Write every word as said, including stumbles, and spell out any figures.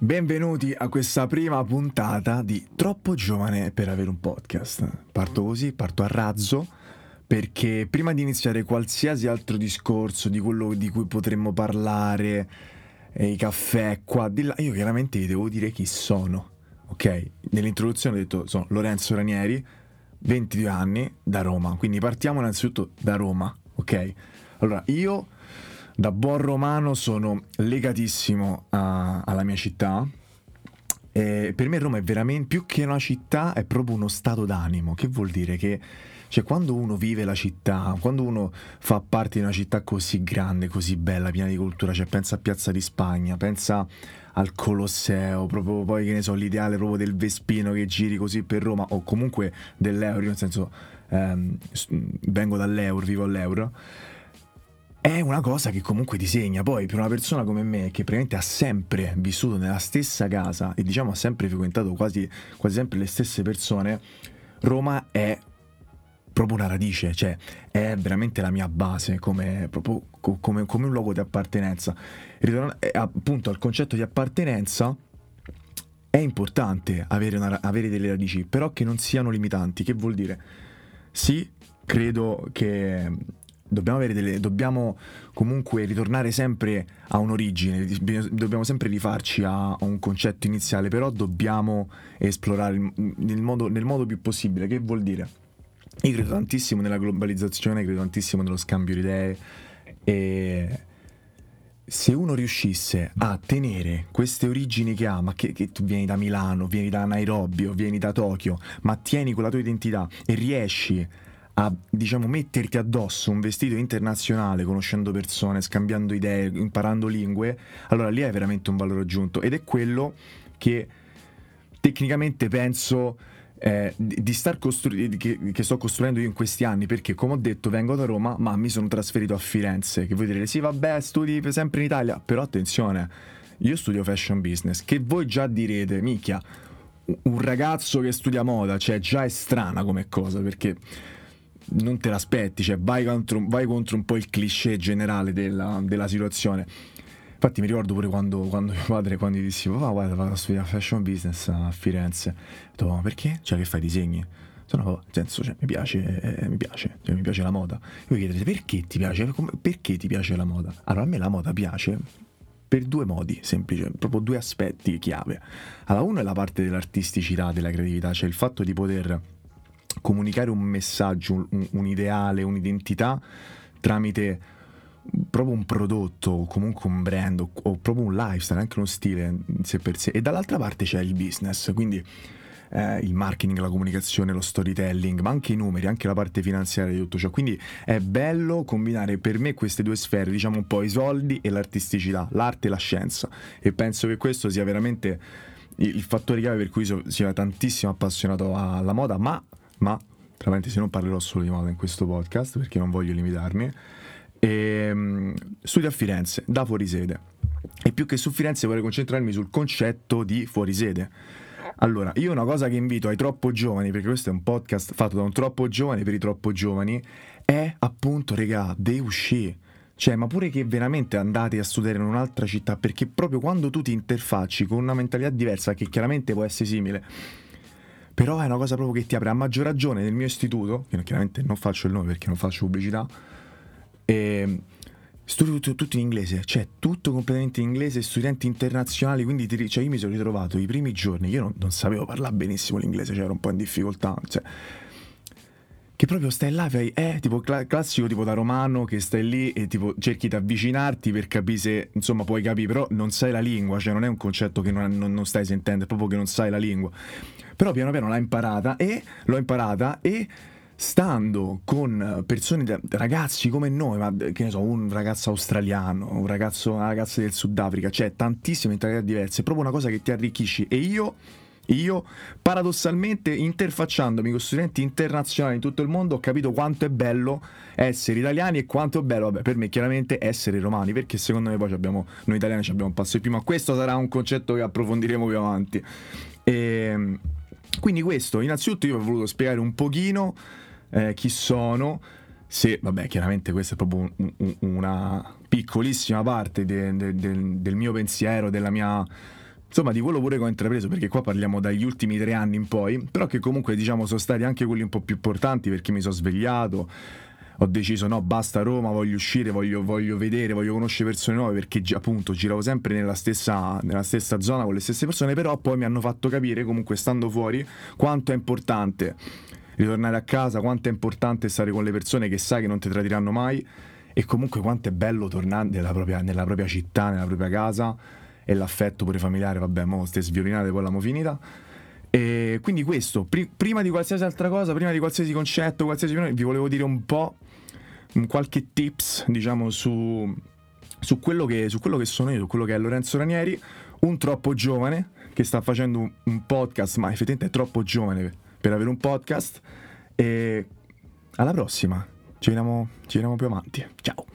Benvenuti a questa prima puntata di Troppo giovane per avere un podcast. Parto così, parto a razzo, perché prima di iniziare qualsiasi altro discorso di quello di cui potremmo parlare, eh, i caffè qua, di là, io chiaramente vi devo dire chi sono, ok? Nell'introduzione ho detto sono Lorenzo Ranieri, ventidue anni, da Roma, quindi partiamo innanzitutto da Roma, ok? Allora, io da buon romano sono legatissimo a- alla mia città. E per me Roma è veramente più che una città, è proprio uno stato d'animo. Che vuol dire che, cioè, quando uno vive la città, quando uno fa parte di una città così grande, così bella, piena di cultura, cioè pensa a Piazza di Spagna, pensa al Colosseo, proprio poi che ne so, l'ideale proprio del Vespino che giri così per Roma, o comunque dell'Euro, nel senso ehm, s- vengo dall'Euro, vivo all'Euro. È una cosa che comunque ti segna. Poi per una persona come me, che praticamente ha sempre vissuto nella stessa casa e diciamo ha sempre frequentato quasi, quasi sempre le stesse persone, Roma è proprio una radice, cioè è veramente la mia base, come, proprio, co- come, come un luogo di appartenenza. Ritorno- eh, appunto al concetto di appartenenza, è importante avere, una- avere delle radici, però che non siano limitanti. Che vuol dire? Sì, credo che dobbiamo avere delle, dobbiamo comunque ritornare sempre a un'origine, bisogna- dobbiamo sempre rifarci a, a un concetto iniziale, però dobbiamo esplorare il- nel modo, nel modo più possibile. Che vuol dire? Io credo tantissimo nella globalizzazione, credo tantissimo nello scambio di idee, e se uno riuscisse a tenere queste origini che ha, ma che, che tu vieni da Milano, vieni da Nairobi o vieni da Tokyo, ma tieni quella tua identità e riesci a, diciamo, metterti addosso un vestito internazionale, conoscendo persone, scambiando idee, imparando lingue, allora lì hai veramente un valore aggiunto, ed è quello che tecnicamente penso eh, di di star costru- di- che, che sto costruendo io in questi anni, perché come ho detto vengo da Roma ma mi sono trasferito a Firenze, che vuol dire sì vabbè studi per sempre in Italia, però attenzione, io studio fashion business, che voi già direte minchia, u- un ragazzo che studia moda, cioè già è strana come cosa, perché non te l'aspetti, cioè vai contro, vai contro un po' il cliché generale della, della situazione. Infatti mi ricordo pure quando, quando mio padre, quando gli dissi, papà guarda vado a studiare fashion business a Firenze, ho detto, ma perché? Cioè che fai disegni? Sono, nel senso, cioè, mi piace, eh, mi piace, cioè, mi piace la moda. Voi chiedete perché ti piace? Come- Perché ti piace la moda? Allora a me la moda piace per due modi semplici, proprio due aspetti chiave. Allora uno è la parte dell'artisticità, della creatività, cioè il fatto di poter comunicare un messaggio, un, un ideale, un'identità tramite proprio un prodotto o comunque un brand o, o proprio un lifestyle, anche uno stile in sé per sé. E dall'altra parte c'è il business, quindi eh, il marketing, la comunicazione, lo storytelling, ma anche i numeri, anche la parte finanziaria di tutto ciò. Quindi è bello combinare per me queste due sfere, diciamo un po' i soldi e l'artisticità, l'arte e la scienza, e penso che questo sia veramente il, il fattore chiave per cui so, sia tantissimo appassionato alla moda, ma ma tra parentesi non parlerò solo di moda in questo podcast perché non voglio limitarmi. E, studio a Firenze da fuorisede, e più che su Firenze vorrei concentrarmi sul concetto di fuorisede. Allora, io una cosa che invito ai troppo giovani, perché questo è un podcast fatto da un troppo giovane per i troppo giovani, è appunto, regà, devi uscire. Cioè, ma pure che veramente andate a studiare in un'altra città, perché proprio quando tu ti interfacci con una mentalità diversa, che chiaramente può essere simile, però è una cosa proprio che ti apre, a maggior ragione nel mio istituto, che chiaramente non faccio il nome perché non faccio pubblicità, e studio tutto, tutto in inglese, cioè tutto completamente in inglese, studenti internazionali, quindi ti, cioè io mi sono ritrovato i primi giorni, io non, non sapevo parlare benissimo l'inglese, cioè ero un po' in difficoltà, cioè, che proprio stai là, fai, eh, tipo cla- classico tipo da romano, che stai lì e tipo cerchi di avvicinarti per capire se, insomma, puoi capire, però non sai la lingua, cioè non è un concetto che non, non- non stai sentendo, è proprio che non sai la lingua. Però piano piano l'ho imparata e l'ho imparata e stando con persone, da- ragazzi come noi, ma che ne so, un ragazzo australiano, un ragazzo, una ragazza del Sudafrica, cioè tantissime mentalità diverse, è proprio una cosa che ti arricchisci. E io, io paradossalmente, interfacciandomi con studenti internazionali in tutto il mondo, ho capito quanto è bello essere italiani e quanto è bello, vabbè, per me chiaramente essere romani, perché secondo me poi abbiamo, noi italiani abbiamo un passo in più, ma questo sarà un concetto che approfondiremo più avanti. E quindi questo, innanzitutto io ho voluto spiegare un pochino eh, chi sono, se, vabbè, chiaramente questa è proprio un- un- una piccolissima parte de- de- del del mio pensiero, della mia, insomma di quello pure che ho intrapreso, perché qua parliamo dagli ultimi tre anni in poi, però che comunque diciamo sono stati anche quelli un po' più importanti, perché mi sono svegliato, ho deciso no, basta Roma, voglio uscire, voglio, voglio vedere, voglio conoscere persone nuove, perché gi- appunto giravo sempre nella stessa, nella stessa zona con le stesse persone, però poi mi hanno fatto capire comunque stando fuori quanto è importante ritornare a casa, quanto è importante stare con le persone che sai che non ti tradiranno mai, e comunque quanto è bello tornare nella propria, nella propria città, nella propria casa, e l'affetto pure familiare, vabbè, mo ste sviolinate, poi l'abbiamo finita. E quindi questo, pri- prima di qualsiasi altra cosa, prima di qualsiasi concetto, qualsiasi vi volevo dire un po' un qualche tips, diciamo, su, su, quello che, su quello che sono io, su quello che è Lorenzo Ranieri, un troppo giovane che sta facendo un, un podcast, ma effettivamente è troppo giovane per avere un podcast. E alla prossima, ci vediamo, ci vediamo più avanti. Ciao.